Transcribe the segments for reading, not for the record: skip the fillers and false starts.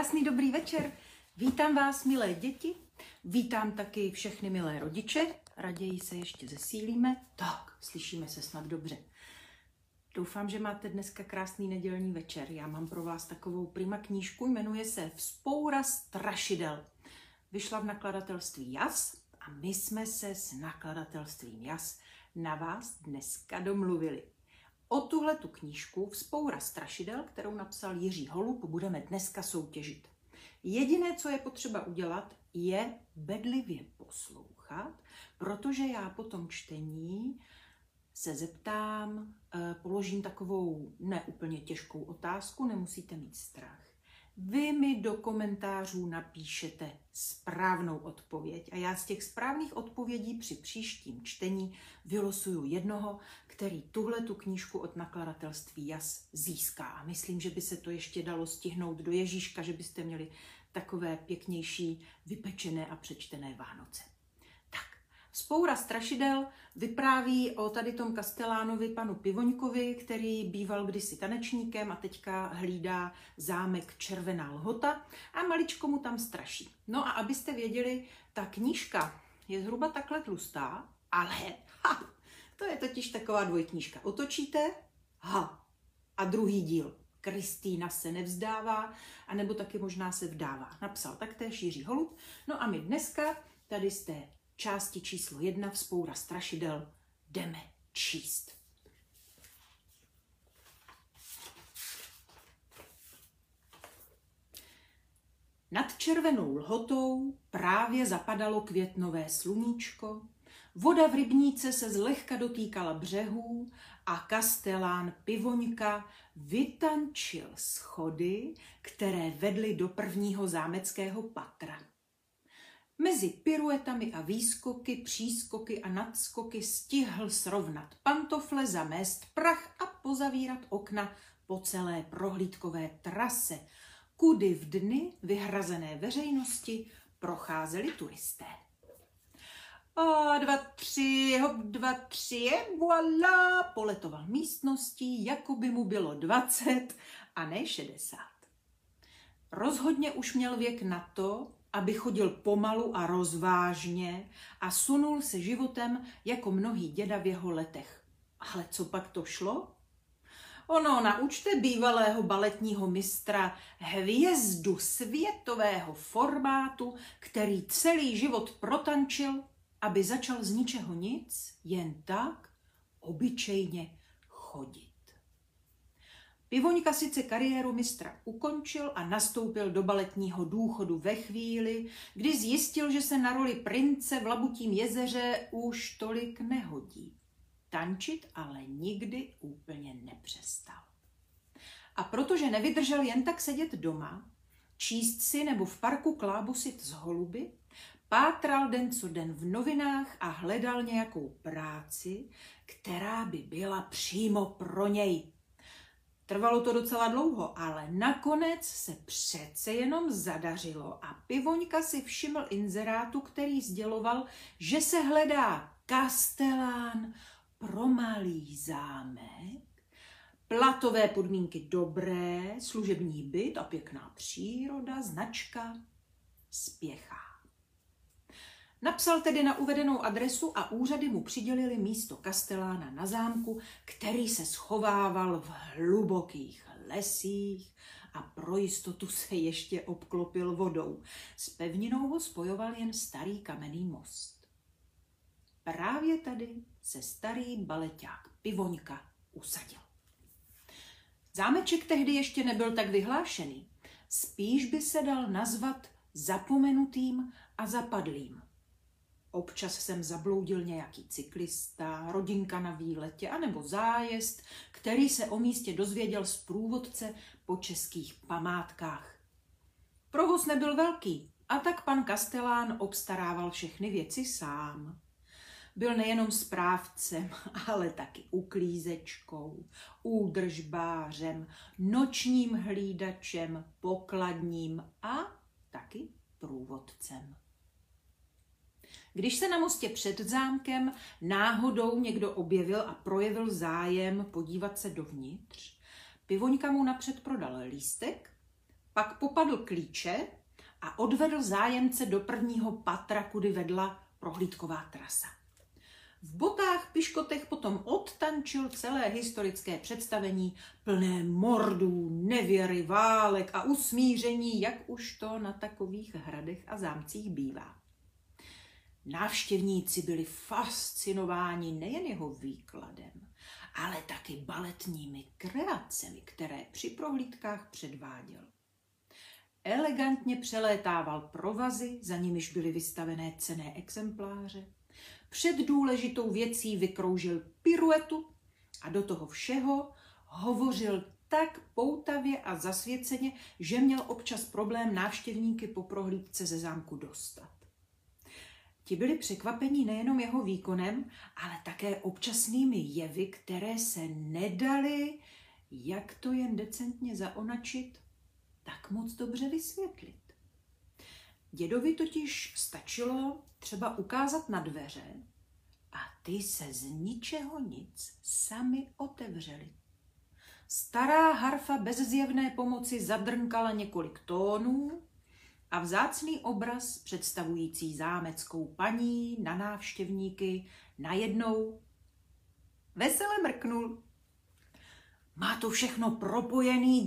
Krásný dobrý večer. Vítám vás, milé děti. Vítám taky všechny milé rodiče. Raději se ještě zesílíme. Tak, slyšíme se snad dobře. Doufám, že máte dneska krásný nedělní večer. Já mám pro vás takovou prima knížku, jmenuje se Vzpoura strašidel. Vyšla v nakladatelství Jas a my jsme se s nakladatelstvím Jas na vás dneska domluvili. O tuhletu knížku Vzpoura strašidel, kterou napsal Jiří Holub, budeme dneska soutěžit. Jediné, co je potřeba udělat, je bedlivě poslouchat, protože já po tom čtení se zeptám, položím takovou neúplně těžkou otázku, nemusíte mít strach. Vy mi do komentářů napíšete správnou odpověď a já z těch správných odpovědí při příštím čtení vylosuju jednoho, který tuhletu knížku od nakladatelství Jas získá. A myslím, že by se to ještě dalo stihnout do Ježíška, že byste měli takové pěknější, vypečené a přečtené Vánoce. Vzpoura strašidel vypráví o tady tom Kastelánovi panu Pivoňkovi, který býval kdysi tanečníkem a teďka hlídá zámek Červená Lhota a maličko mu tam straší. No a abyste věděli, ta knížka je zhruba takhle tlustá, ale to je totiž taková dvojknížka. Otočíte, a druhý díl. Kristýna se nevzdává, anebo taky možná se vdává. Napsal taktéž Jiří Holub. No a my dneska tady z té části číslo 1, Vzpoura strašidel, jdeme číst. Nad Červenou Lhotou právě zapadalo květnové sluníčko, voda v rybníce se zlehka dotýkala břehů a Kastelán Pivoňka vytančil schody, které vedly do prvního zámeckého patra. Mezi piruetami a výskoky, přískoky a nadskoky stihl srovnat pantofle, zamést prach a pozavírat okna po celé prohlídkové trase, kudy v dny vyhrazené veřejnosti procházeli turisté. A 2, 3, hop, 2, 3, voilà, poletoval místností, jako by mu bylo 20 a ne 60. Rozhodně už měl věk na to, aby chodil pomalu a rozvážně a sunul se životem jako mnohý děda v jeho letech. Ale co pak to šlo? Ono, naučte bývalého baletního mistra hvězdu světového formátu, který celý život protančil, aby začal z ničeho nic, jen tak obyčejně chodit. Pivoňka sice kariéru mistra ukončil a nastoupil do baletního důchodu ve chvíli, kdy zjistil, že se na roli prince v Labutím jezeře už tolik nehodí. Tančit ale nikdy úplně nepřestal. A protože nevydržel jen tak sedět doma, číst si nebo v parku klábosit z holuby, pátral den co den v novinách a hledal nějakou práci, která by byla přímo pro něj. Trvalo to docela dlouho, ale nakonec se přece jenom zadařilo a Pivoňka si všiml inzerátu, který sděloval, že se hledá kastelán pro malý zámek, platové podmínky dobré, služební byt a pěkná příroda, značka Spěchá. Napsal tedy na uvedenou adresu a úřady mu přidělili místo kastelána na zámku, který se schovával v hlubokých lesích a pro jistotu se ještě obklopil vodou. S pevninou ho spojoval jen starý kamenný most. Právě tady se starý baleťák Pivoňka usadil. Zámeček tehdy ještě nebyl tak vyhlášený. Spíš by se dal nazvat zapomenutým a zapadlým. Občas jsem zabloudil nějaký cyklista, rodinka na výletě anebo zájezd, který se o místě dozvěděl z průvodce po českých památkách. Provoz nebyl velký a tak pan Kastelán obstarával všechny věci sám. Byl nejenom správcem, ale taky uklízečkou, údržbářem, nočním hlídačem, pokladním a taky průvodcem. Když se na mostě před zámkem náhodou někdo objevil a projevil zájem podívat se dovnitř, Pivoňka mu napřed prodal lístek Pak popadl klíče a odvedl zájemce do prvního patra, kudy vedla prohlídková trasa. V botách piškotech potom odtančil celé historické představení plné mordů, nevěry, válek a usmíření, jak už to na takových hradech a zámcích bývá. Návštěvníci byli fascinováni nejen jeho výkladem, ale taky baletními kreacemi, které při prohlídkách předváděl. Elegantně přelétával provazy, za nimiž byly vystavené cenné exempláře. Před důležitou věcí vykroužil piruetu a do toho všeho hovořil tak poutavě a zasvěceně, že měl občas problém návštěvníky po prohlídce ze zámku dostat. Ti byli překvapení nejenom jeho výkonem, ale také občasnými jevy, které se nedaly, jak to jen decentně zaonačit, tak moc dobře vysvětlit. Dědovi totiž stačilo třeba ukázat na dveře a ty se z ničeho nic sami otevřely. Stará harfa bez zjevné pomoci zadrnkala několik tónů a vzácný obraz představující zámeckou paní na návštěvníky najednou vesele mrknul. Má to všechno propojený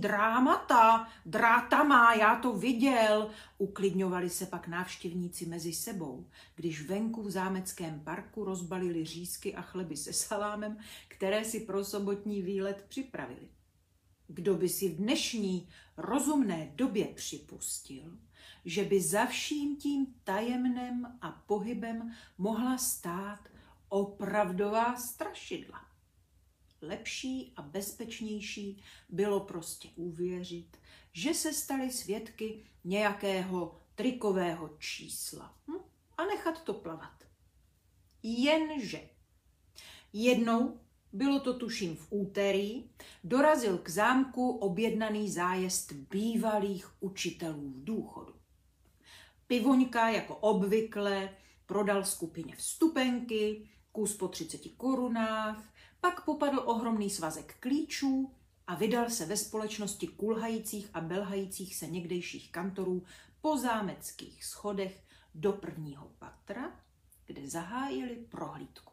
drátama, já to viděl, uklidňovali se pak návštěvníci mezi sebou, když venku v zámeckém parku rozbalili řízky a chleby se salámem, které si pro sobotní výlet připravili. Kdo by si v dnešní rozumné době připustil, že by za vším tím tajemnem a pohybem mohla stát opravdová strašidla. Lepší a bezpečnější bylo prostě uvěřit, že se stali svědky nějakého trikového čísla a nechat to plavat. Jenže jednou, bylo to tuším v úterý, dorazil k zámku objednaný zájezd bývalých učitelů v důchodu. Pivoňka jako obvykle prodal skupině vstupenky, kus po 30 korunách, pak popadl ohromný svazek klíčů a vydal se ve společnosti kulhajících a belhajících se někdejších kantorů po zámeckých schodech do prvního patra, kde zahájili prohlídku.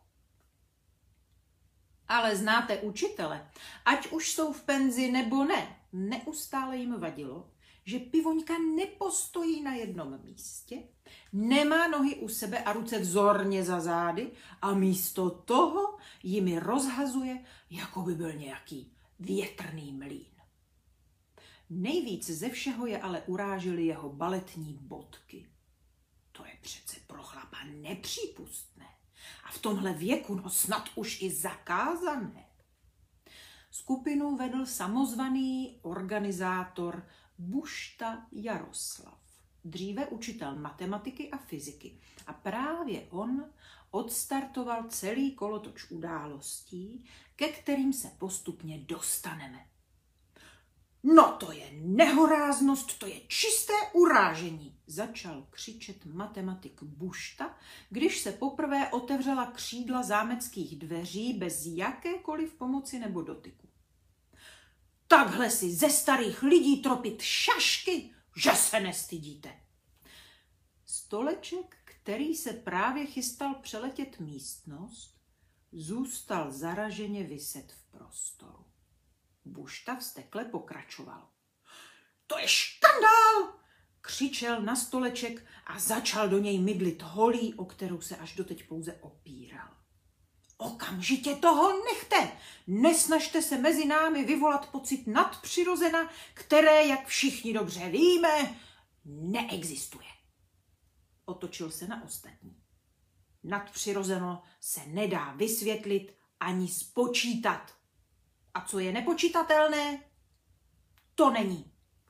Ale znáte učitele, ať už jsou v penzi nebo ne, neustále jim vadilo, že pivoňka nepostojí na jednom místě, nemá nohy u sebe a ruce vzorně za zády a místo toho jimi rozhazuje, jako by byl nějaký větrný mlýn. Nejvíc ze všeho je ale urážely jeho baletní bodky. To je přece pro chlapa nepřípustné. A v tomhle věku snad už i zakázané. Skupinu vedl samozvaný organizátor Bušta Jaroslav, dříve učitel matematiky a fyziky. A právě on odstartoval celý kolotoč událostí, ke kterým se postupně dostaneme. No to je nehoráznost, to je čisté urážení, začal křičet matematik Bušta, když se poprvé otevřela křídla zámeckých dveří bez jakékoliv pomoci nebo dotyku. Takhle si ze starých lidí tropit šašky, že se nestydíte. Stoleček, který se právě chystal přeletět místnost, zůstal zaraženě viset v prostoru. Bušta vztekle pokračoval. To je škandál! Křičel na stoleček a začal do něj mydlit holí, o kterou se až doteď pouze opíral. Okamžitě toho nechte! Nesnažte se mezi námi vyvolat pocit nadpřirozena, které, jak všichni dobře víme, neexistuje. Otočil se na ostatní. Nadpřirozeno se nedá vysvětlit ani spočítat. A co je nepočítatelné, to není.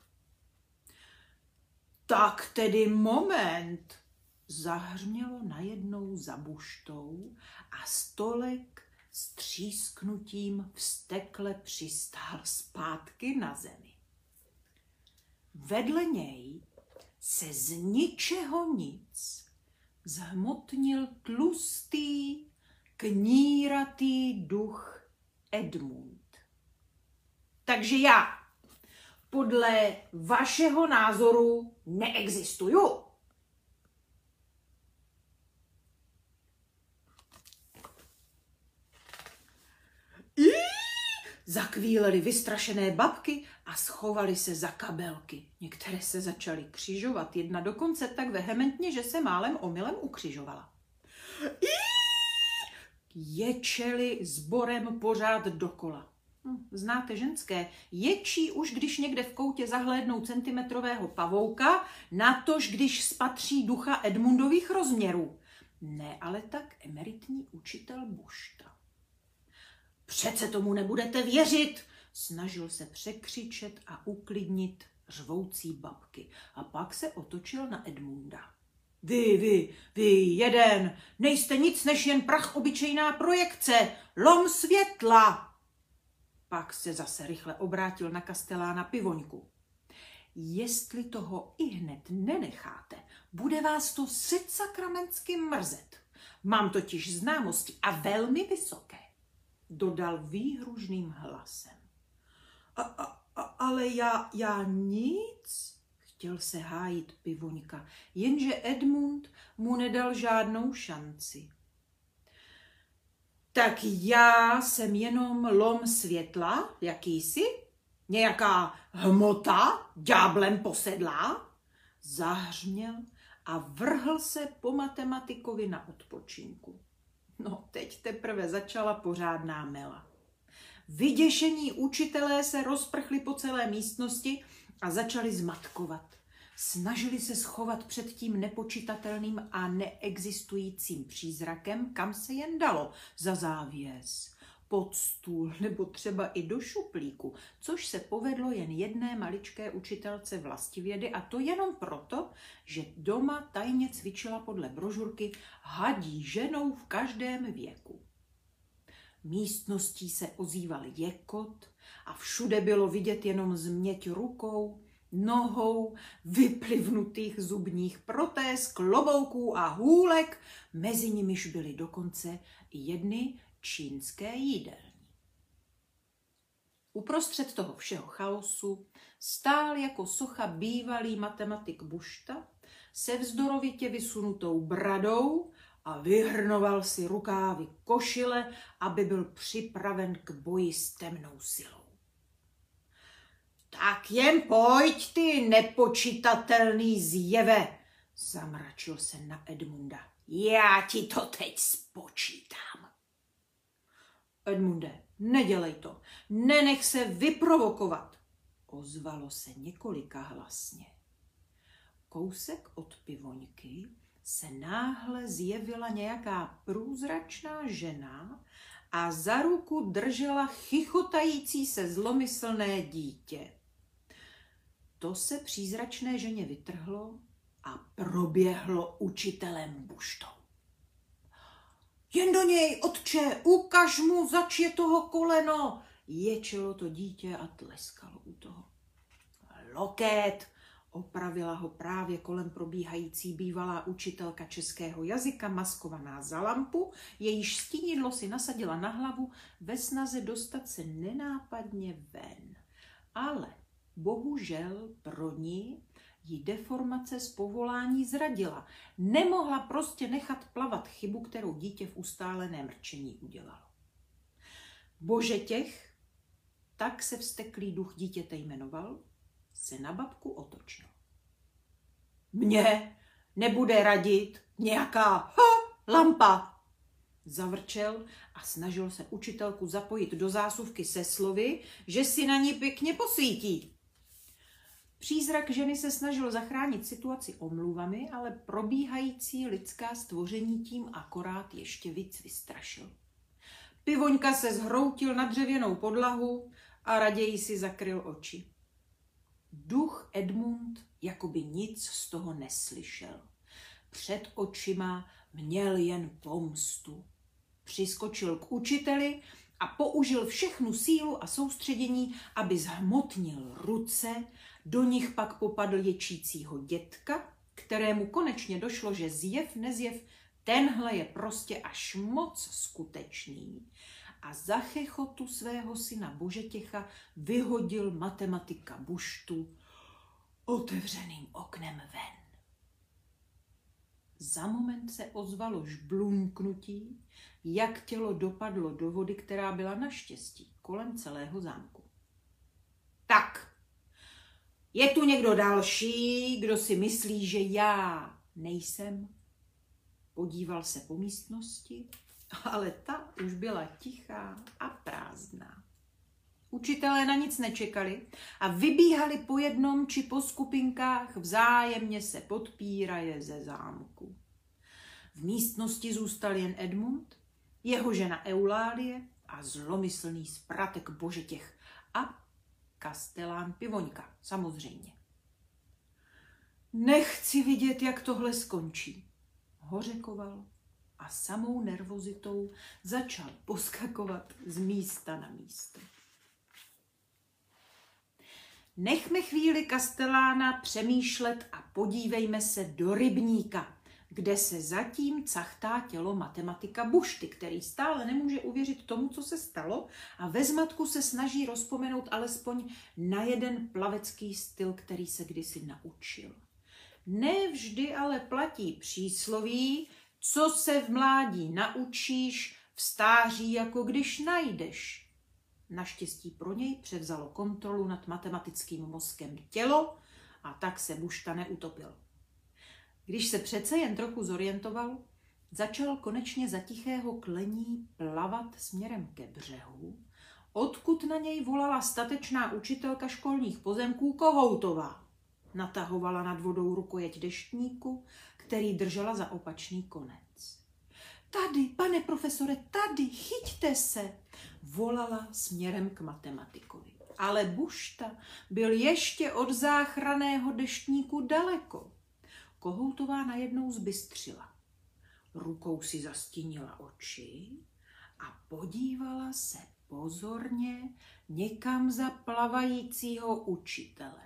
Tak tedy moment, zahřmělo najednou za Buštou a stolek s třísknutím vztekle přistál zpátky na zemi. Vedle něj se z ničeho nic zhmotnil tlustý, kníratý duch Edmund. Takže já, podle vašeho názoru neexistuju. Zakvílely vystrašené babky a schovaly se za kabelky. Některé se začaly křižovat, jedna dokonce tak vehementně, že se málem omylem ukřižovala. Ječely sborem pořád dokola. Znáte ženské, ječí už, když někde v koutě zahlédnou centimetrového pavouka, natož když spatří ducha Edmundových rozměrů. Ne, ale tak emeritní učitel Bušta. Přece tomu nebudete věřit, snažil se překřičet a uklidnit řvoucí babky a pak se otočil na Edmunda. Vy jeden, nejste nic než jen prach obyčejná projekce, lom světla. Pak se zase rychle obrátil na kastelána Pivoňku. Jestli toho ihned nenecháte, bude vás to sakramentsky mrzet. Mám totiž známosti a velmi vysoké, dodal výhružným hlasem. Ale já nic, chtěl se hájit Pivoňka, jenže Edmund mu nedal žádnou šanci. Tak já jsem jenom lom světla, jakýsi, nějaká hmota, ďáblem posedlá, zahřměl a vrhl se po matematikovi na odpočinku. No, teď teprve začala pořádná mela. Vyděšení učitelé se rozprchli po celé místnosti a začali zmatkovat. Snažili se schovat před tím nepočitatelným a neexistujícím přízrakem, kam se jen dalo, za závěs, pod stůl nebo třeba i do šuplíku, což se povedlo jen jedné maličké učitelce vlastivědy, a to jenom proto, že doma tajně cvičila podle brožurky Hadí ženou v každém věku. Místností se ozýval jekot a všude bylo vidět jenom změť rukou, nohou, vyplivnutých zubních protéz, klobouků a hůlek, mezi nimiž byly dokonce i jedny čínské jídelny. Uprostřed toho všeho chaosu stál jako socha bývalý matematik Bušta se vzdorovitě vysunutou bradou a vyhrnoval si rukávy košile, aby byl připraven k boji s temnou silou. Tak jen pojď, ty nepočitatelný zjeve, zamračil se na Edmunda. Já ti to teď spočítám. Edmunde, nedělej to, nenech se vyprovokovat, ozvalo se několika hlasně. Kousek od Pivoňky se náhle zjevila nějaká průzračná žena a za ruku držela chichotající se zlomyslné dítě. To se přízračné ženě vytrhlo a proběhlo učitelem Buštou. Jen do něj, otče, ukaž mu, zač je toho koleno, ječelo to dítě a tleskalo u toho. Loket, opravila ho právě kolem probíhající bývalá učitelka českého jazyka, maskovaná za lampu, jejíž stínidlo si nasadila na hlavu ve snaze dostat se nenápadně ven. Ale bohužel pro ní jí deformace z povolání zradila. Nemohla prostě nechat plavat chybu, kterou dítě v ustáleném mrčení udělalo. Božetěch, tak se vzteklý duch dítěte jmenoval, se na babku otočil. Mně nebude radit nějaká lampa, zavrčel a snažil se učitelku zapojit do zásuvky se slovy, že si na ní pěkně posvítí. Přízrak ženy se snažil zachránit situaci omluvami, ale probíhající lidská stvoření tím akorát ještě víc vystrašil. Pivoňka se zhroutil na dřevěnou podlahu a raději si zakryl oči. Duch Edmund jakoby nic z toho neslyšel. Před očima měl jen pomstu. Přiskočil k učiteli a použil všechnu sílu a soustředění, aby zhmotnil ruce, do nich pak popadl ječícího dětka, kterému konečně došlo, že zjev nezjev, tenhle je prostě až moc skutečný. a za chechotu svého syna Božetěcha vyhodil matematika Buštu otevřeným oknem ven. Za moment se ozvalo žblunknutí, jak tělo dopadlo do vody, která byla naštěstí kolem celého zámku. Tak, je tu někdo další, kdo si myslí, že já nejsem? Podíval se po místnosti, ale ta už byla tichá a prázdná. Učitelé na nic nečekali a vybíhali po jednom či po skupinkách, vzájemně se podpíraje ze zámku. V místnosti zůstal jen Edmund, jeho žena Eulálie a zlomyslný spratek Božetěch a kastelán Pivoňka, samozřejmě. Nechci vidět, jak tohle skončí, hořekoval a samou nervozitou začal poskakovat z místa na místo. Nechme chvíli kastelána přemýšlet a podívejme se do rybníka, kde se zatím cachtá tělo matematika Bušty, který stále nemůže uvěřit tomu, co se stalo a ve zmatku se snaží rozpomenout alespoň na jeden plavecký styl, který se kdysi naučil. Nevždy ale platí přísloví, co se v mládí naučíš, v stáří jako když najdeš. Naštěstí pro něj převzalo kontrolu nad matematickým mozkem tělo a tak se Bušta neutopil. Když se přece jen trochu zorientoval, začal konečně za tichého klení plavat směrem ke břehu, odkud na něj volala statečná učitelka školních pozemků Kohoutová. Natahovala nad vodou rukojeť deštníku, který držela za opačný konec. Tady, pane profesore, tady, chyťte se, volala směrem k matematikovi. Ale Bušta byl ještě od záchranného deštníku daleko. Kohoutová najednou zbystřila. Rukou si zastínila oči a podívala se pozorně někam za plavajícího učitele.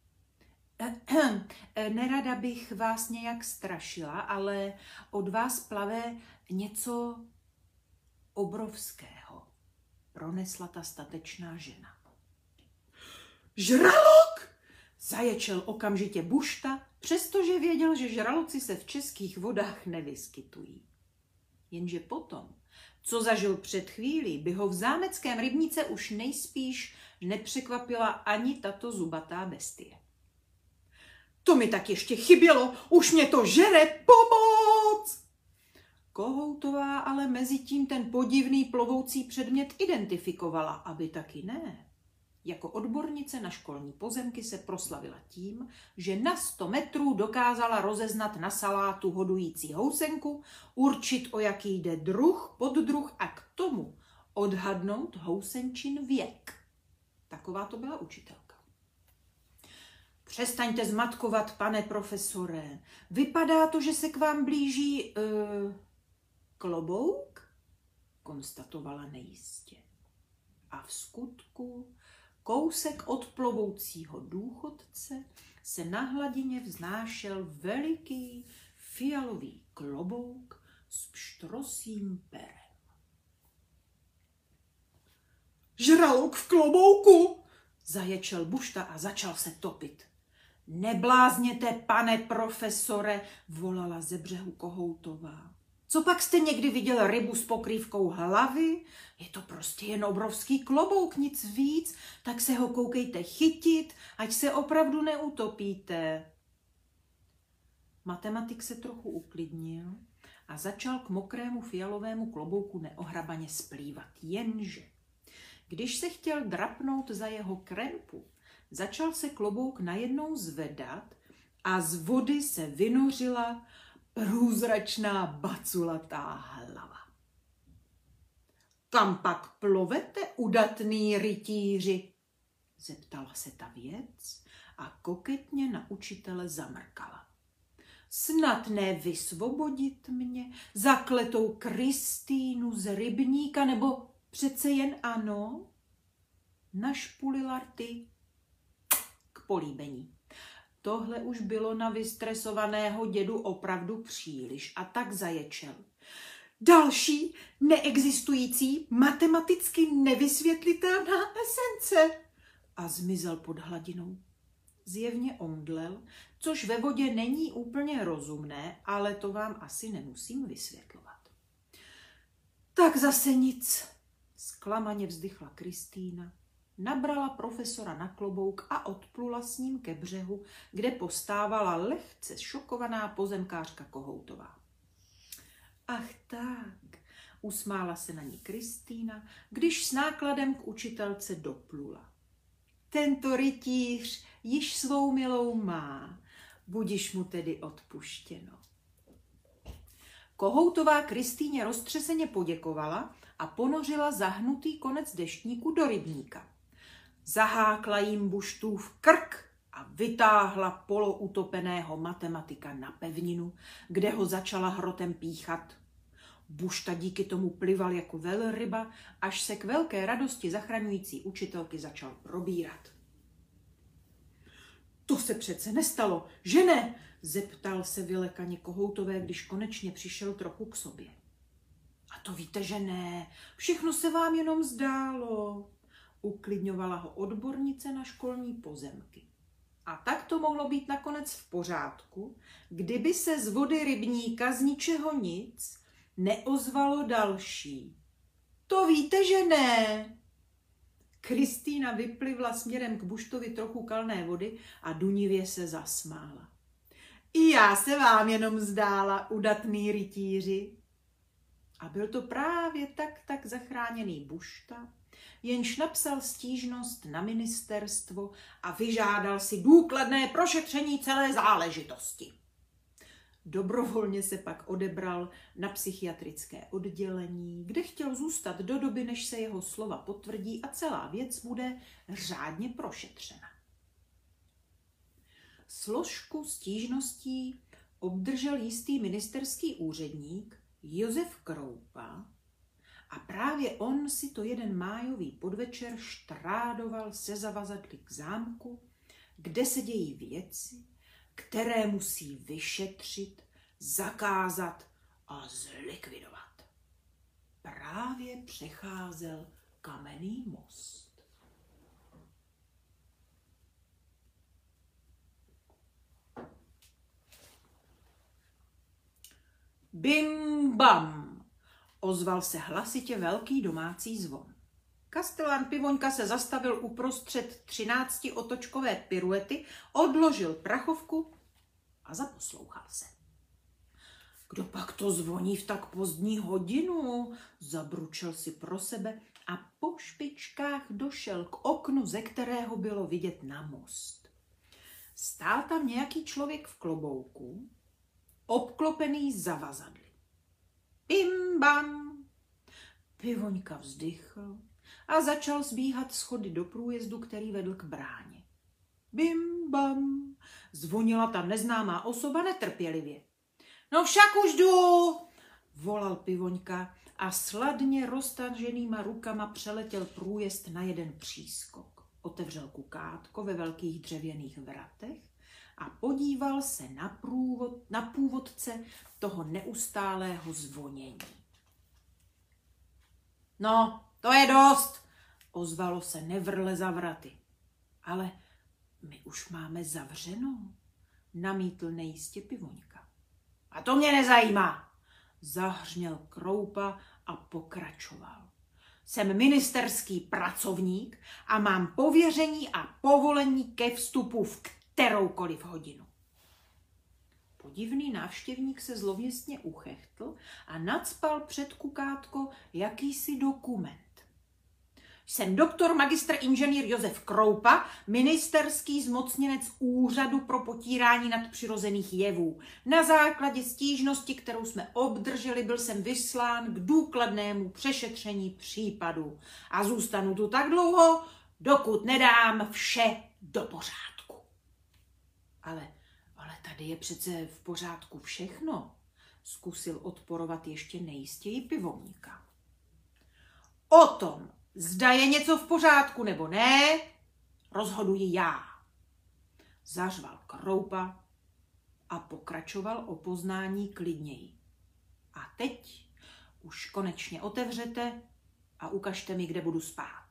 Nerada bych vás nějak strašila, ale od vás plave něco obrovského, pronesla ta statečná žena. Žralok! Zaječel okamžitě Bušta, přestože věděl, že žraloci se v českých vodách nevyskytují. Jenže potom, co zažil před chvílí, by ho v zámeckém rybníce už nejspíš nepřekvapila ani tato zubatá bestie. To mi tak ještě chybělo, už mě to žere, pomoc! Kohoutová ale mezitím ten podivný plovoucí předmět identifikovala, aby taky ne. Jako odbornice na školní pozemky se proslavila tím, že na 100 metrů dokázala rozeznat na salátu hodující housenku, určit, o jaký jde druh, poddruh a k tomu odhadnout housenčin věk. Taková to byla učitelka. Přestaňte zmatkovat, pane profesore. Vypadá to, že se k vám blíží klobouk, konstatovala nejistě. A v skutku kousek od plovoucího důchodce se na hladině vznášel veliký fialový klobouk s pštrosím perem. Žralok v klobouku! Zaječel Bušta a začal se topit. Neblázněte, pane profesore, volala ze břehu Kohoutová. Co pak jste někdy viděl rybu s pokrývkou hlavy? Je to prostě jen obrovský klobouk, nic víc, tak se ho koukejte chytit, ať se opravdu neutopíte. Matematik se trochu uklidnil a začal k mokrému fialovému klobouku neohrabaně splývat, jenže když se chtěl drapnout za jeho krempu, začal se klobouk najednou zvedat a z vody se vynořila průzračná baculatá hlava. Kam pak plovete, udatný rytíři? Zeptala se ta věc a koketně na učitele zamrkala. Snad ne vysvobodit mě, zakletou Kristýnu z rybníka, nebo přece jen ano? Našpulila rty k políbení. Tohle už bylo na vystresovaného dědu opravdu příliš a tak zaječel. Další neexistující, matematicky nevysvětlitelná esence. A zmizel pod hladinou. Zjevně omdlel, což ve vodě není úplně rozumné, ale to vám asi nemusím vysvětlovat. Tak zase nic, zklamaně vzdychla Kristýna, nabrala profesora na klobouk a odplula s ním ke břehu, kde postávala lehce šokovaná pozemkářka Kohoutová. Ach tak, usmála se na ní Kristýna, když s nákladem k učitelce doplula. Tento rytíř již svou milou má, budiž mu tedy odpuštěno. Kohoutová Kristýně roztřeseně poděkovala a ponořila zahnutý konec deštníku do rybníka. Zahákla jim Buštův krk a vytáhla poloutopeného matematika na pevninu, kde ho začala hrotem píchat. Bušta díky tomu plival jako velryba, až se k velké radosti zachraňující učitelky začal probírat. To se přece nestalo, že ne? Zeptal se vylekaně Kohoutové, když konečně přišel trochu k sobě. A to víte, že ne, všechno se vám jenom zdálo, uklidňovala ho odbornice na školní pozemky. A tak to mohlo být nakonec v pořádku, kdyby se z vody rybníka z ničeho nic neozvalo další. To víte, že ne. Kristýna vyplivla směrem k Buštovi trochu kalné vody a dunivě se zasmála. I já se vám jenom zdála, udatný rytíři. A byl to právě tak zachráněný Bušta, jenž napsal stížnost na ministerstvo a vyžádal si důkladné prošetření celé záležitosti. Dobrovolně se pak odebral na psychiatrické oddělení, kde chtěl zůstat do doby, než se jeho slova potvrdí a celá věc bude řádně prošetřena. Složku stížností obdržel jistý ministerský úředník Josef Kroupa a právě on si to jeden májový podvečer štrádoval se zavazadly k zámku, kde se dějí věci, které musí vyšetřit, zakázat a zlikvidovat. Právě přecházel kamenný most. Bim bam, ozval se hlasitě velký domácí zvon. Kastelán Pivoňka se zastavil uprostřed 13otočkové piruety, odložil prachovku a zaposlouchal se. Kdo pak to zvoní v tak pozdní hodinu? Zabručel si pro sebe a po špičkách došel k oknu, ze kterého bylo vidět na most. Stál tam nějaký člověk v klobouku, obklopený zavazadly. Bim bam! Pivoňka vzdychl a začal zbíhat schody do průjezdu, který vedl k bráně. Bim bam! Zvonila ta neznámá osoba netrpělivě. No však už jdu! Volal Pivoňka a sladně roztaženýma rukama přeletěl průjezd na jeden přískok. Otevřel kukátko ve velkých dřevěných vratech a podíval se na původce toho neustálého zvonění. No, to je dost, ozvalo se nevrle za vraty. Ale my už máme zavřeno, namítl nejistě Pivoňka. A to mě nezajímá, zahřměl Kroupa a pokračoval. Jsem ministerský pracovník a mám pověření a povolení ke vstupu v kteroukoliv hodinu. Podivný návštěvník se zlověstně uchechtl a nacpal před kukátko jakýsi dokument. Jsem doktor magistr inženýr Josef Kroupa, ministerský zmocněnec Úřadu pro potírání nadpřirozených jevů. Na základě stížnosti, kterou jsme obdrželi, byl jsem vyslán k důkladnému přešetření případu. A zůstanu tu tak dlouho, dokud nedám vše do pořádku. Ale tady je přece v pořádku všechno, zkusil odporovat ještě nejistěji Pivoňka. O tom, zda je něco v pořádku nebo ne, rozhoduji já. Zařval Kroupa a pokračoval o poznání klidněji. A teď už konečně otevřete a ukažte mi, kde budu spát.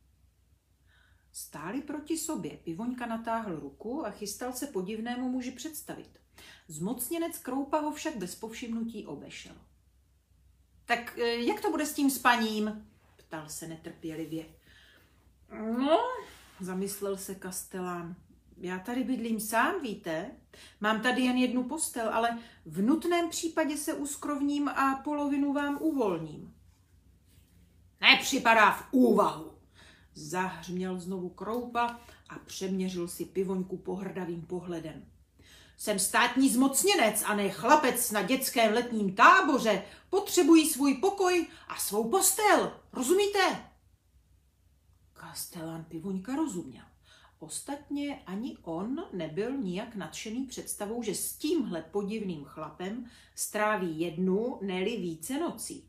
Stáli proti sobě, Pivoňka natáhl ruku a chystal se podivnému muži představit. Zmocněnec Kroupa ho však bez povšimnutí obešel. Tak jak to bude s tím spaním? Ptal se netrpělivě. No, zamyslel se Kastelán. Já tady bydlím sám, víte? Mám tady jen jednu postel, ale v nutném případě se uskrovním a polovinu vám uvolním. Nepřipadá v úvahu, zahřměl znovu Kroupa a přeměřil si Pivoňku pohrdavým pohledem. Jsem státní zmocněnec a ne chlapec na dětském letním táboře. Potřebuji svůj pokoj a svou postel. Rozumíte? Kastelán Pivoňka rozuměl. Ostatně ani on nebyl nijak nadšený představou, že s tímhle podivným chlapem stráví jednu, ne-li více nocí.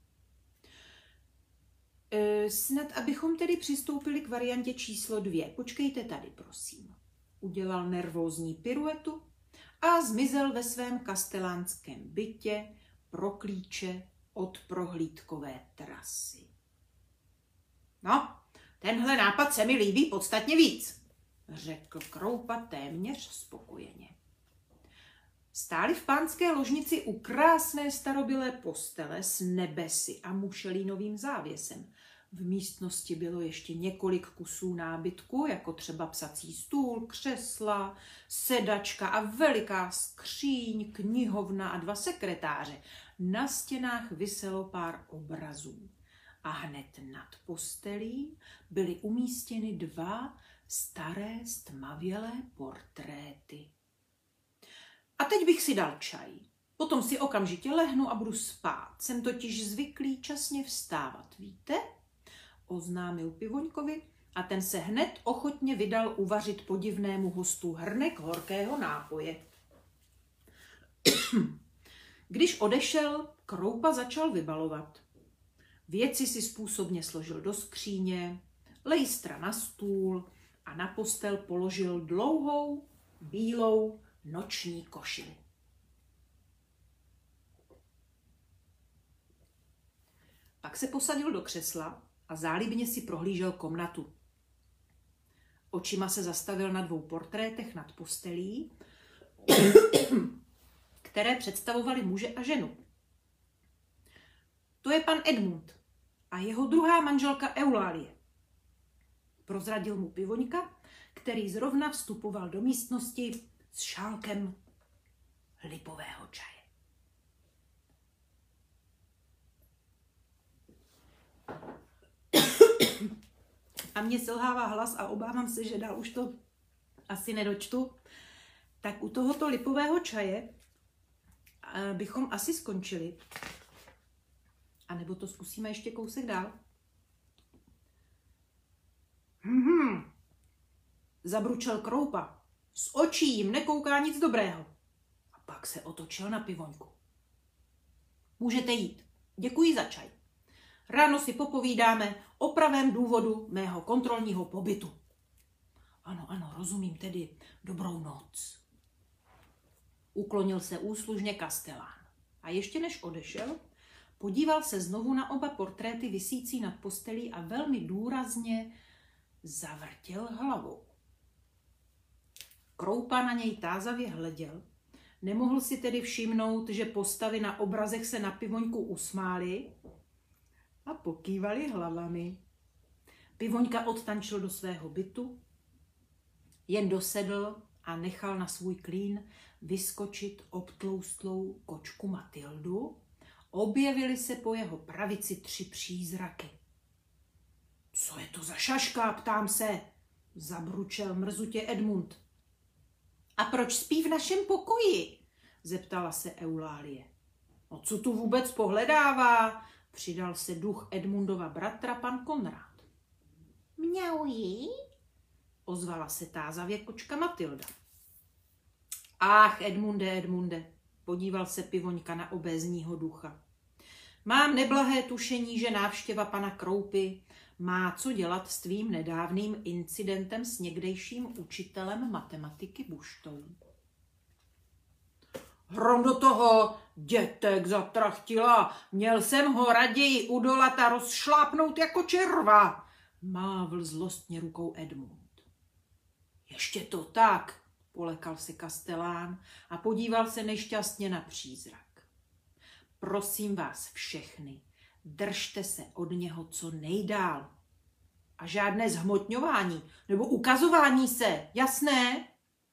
Snad abychom tedy přistoupili k variantě číslo 2. Počkejte tady, prosím. Udělal nervózní piruetu a zmizel ve svém kastelánském bytě pro klíče od prohlídkové trasy. No, tenhle nápad se mi líbí podstatně víc, řekl Kroupa téměř spokojeně. Stáli v pánské ložnici u krásné starobylé postele s nebesy a mušelínovým závěsem. V místnosti bylo ještě několik kusů nábytku, jako třeba psací stůl, křesla, sedačka a veliká skříň, knihovna a 2 sekretáře. Na stěnách viselo pár obrazů. A hned nad postelí byly umístěny 2 staré stmavělé portréty. A teď bych si dal čaj. Potom si okamžitě lehnu a budu spát. Jsem totiž zvyklý časně vstávat, víte? Oznámil Pivoňkovi a ten se hned ochotně vydal uvařit podivnému hostu hrnek horkého nápoje. Když odešel, Kroupa začal vybalovat. Věci si způsobně složil do skříně, lejstra na stůl a na postel položil dlouhou, bílou noční košili. Pak se posadil do křesla a zálibně si prohlížel komnatu. Očima se zastavil na 2 portrétech nad postelí, které představovaly muže a ženu. To je pan Edmund a jeho druhá manželka Eulálie, prozradil mu Pivoňka, který zrovna vstupoval do místnosti s šálkem lipového čaje. A mně selhává hlas a obávám se, že dál už to asi nedočtu. Tak u tohoto lipového čaje bychom asi skončili. A nebo to zkusíme ještě kousek dál. Zabručel Kroupa. Z očí jim nekouká nic dobrého. A pak se otočil na Pivoňku. Můžete jít. Děkuji za čaj. Ráno si popovídáme o pravém důvodu mého kontrolního pobytu. Ano, rozumím tedy. Dobrou noc. Uklonil se úslužně Kastelán. A ještě než odešel, podíval se znovu na oba portréty visící nad postelí a velmi důrazně zavrtěl hlavou. Kroupa na něj tázavě hleděl. Nemohl si tedy všimnout, že postavy na obrazech se na Pivoňku usmály a pokývali hlavami. Pivoňka odtančil do svého bytu, jen dosedl a nechal na svůj klín vyskočit obtloustlou kočku Matildu. Objevily se po jeho pravici 3 přízraky. Co je to za šaška, ptám se, zabručel mrzutě Edmund. A proč spí v našem pokoji? Zeptala se Eulálie. No co tu vůbec pohledává? Přidal se duch Edmundova bratra pan Konrád. Mňaují? Ozvala se tázavě kočka Matilda. Ach, Edmunde, podíval se Pivoňka na obézního ducha. Mám neblahé tušení, že návštěva pana Kroupy má co dělat s tvým nedávným incidentem s někdejším učitelem matematiky Buštou. Hrom do toho, dětek zatrachtila, měl jsem ho raději udolat a rozšlápnout jako červa, mávl zlostně rukou Edmund. Ještě to tak, polekal se Kastelán a podíval se nešťastně na přízrak. Prosím vás všechny, držte se od něho co nejdál. A žádné zhmotňování nebo ukazování se, jasné?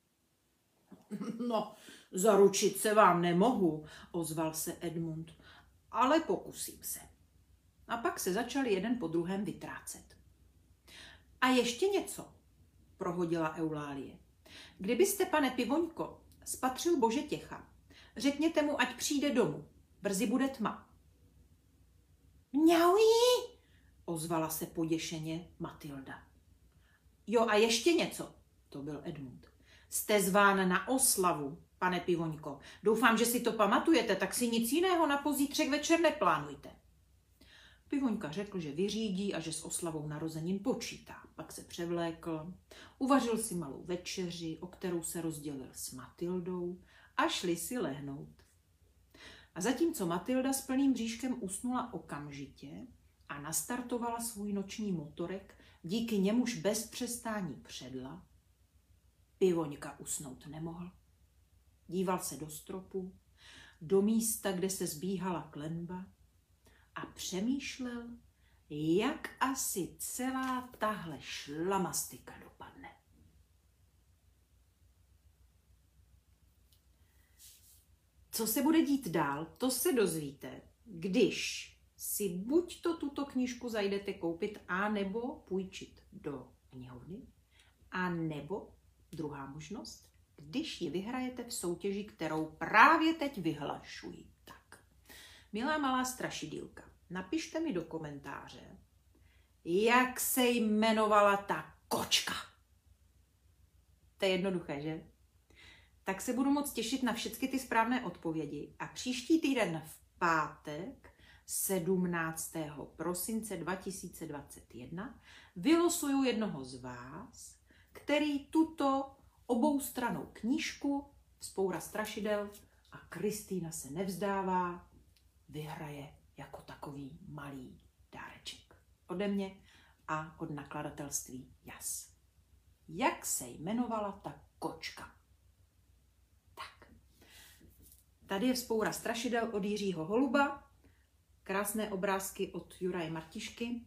No, zaručit se vám nemohu, ozval se Edmund, ale pokusím se. A pak se začali jeden po druhém vytrácet. A ještě něco, prohodila Eulálie. Kdybyste, pane Pivoňko, spatřil Božetěcha, řekněte mu, ať přijde domů. Brzy bude tma. Mňaují, ozvala se poděšeně Matilda. Jo, a ještě něco, to byl Edmund. Jste zván na oslavu, pane Pivoňko. Doufám, že si to pamatujete, tak si nic jiného na pozítřek večer neplánujte. Pivoňka řekl, že vyřídí a že s oslavou narozenin počítá. Pak se převlékl, uvařil si malou večeři, o kterou se rozdělil s Matildou a šli si lehnout. A zatímco Matilda s plným bříškem usnula okamžitě a nastartovala svůj noční motorek, díky němuž bez přestání předla, Pivoňka usnout nemohl. Díval se do stropu, do místa, kde se zbíhala klenba a přemýšlel, jak asi celá tahle šlamastika dopadne. Co se bude dít dál, to se dozvíte, když si buď tuto knížku zajdete koupit, a nebo půjčit do knihovny, a nebo druhá možnost, když ji vyhrajete v soutěži, kterou právě teď vyhlašuji. Tak, milá malá strašidýlka, napište mi do komentáře, jak se jmenovala ta kočka. To je jednoduché, že? Tak se budu moc těšit na všechny ty správné odpovědi a příští týden v pátek 17. prosince 2021 vylosuju jednoho z vás, který tuto oboustrannou knížku Vzpoura strašidel a Kristýna se nevzdává vyhraje jako takový malý dáreček ode mě a od nakladatelství Jas. Jak se jmenovala ta kočka? Tak. Tady je Vzpoura strašidel od Jiřího Holuba, krásné obrázky od Juraje Martišky.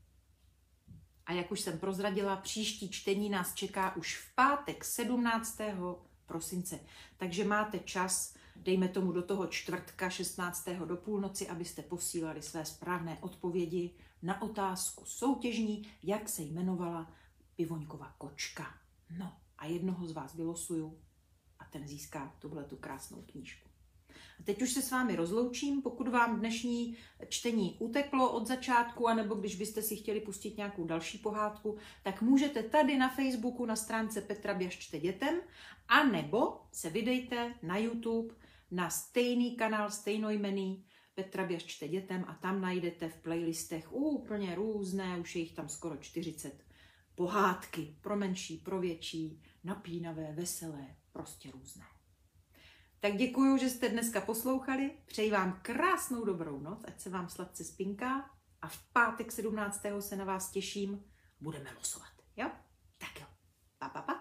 A jak už jsem prozradila, příští čtení nás čeká už v pátek 17. prosince. Takže máte čas, dejme tomu do toho čtvrtka 16. do půlnoci, abyste posílali své správné odpovědi na otázku soutěžní, jak se jmenovala Pivoňkova kočka. No a jednoho z vás vylosuju a ten získá tuhletu krásnou knížku. A teď už se s vámi rozloučím, pokud vám dnešní čtení uteklo od začátku, anebo když byste si chtěli pustit nějakou další pohádku, tak můžete tady na Facebooku na stránce Petra Běž čte dětem, anebo se vydejte na YouTube na stejný kanál, stejnojmenný Petra Běž čte dětem a tam najdete v playlistech úplně různé, už je jich tam skoro 40 pohádky, pro menší, pro větší, napínavé, veselé, prostě různé. Tak děkuju, že jste dneska poslouchali, přeji vám krásnou dobrou noc, ať se vám sladce spinká a v pátek 17. se na vás těším, budeme losovat, jo? Tak jo, pa, pa, pa.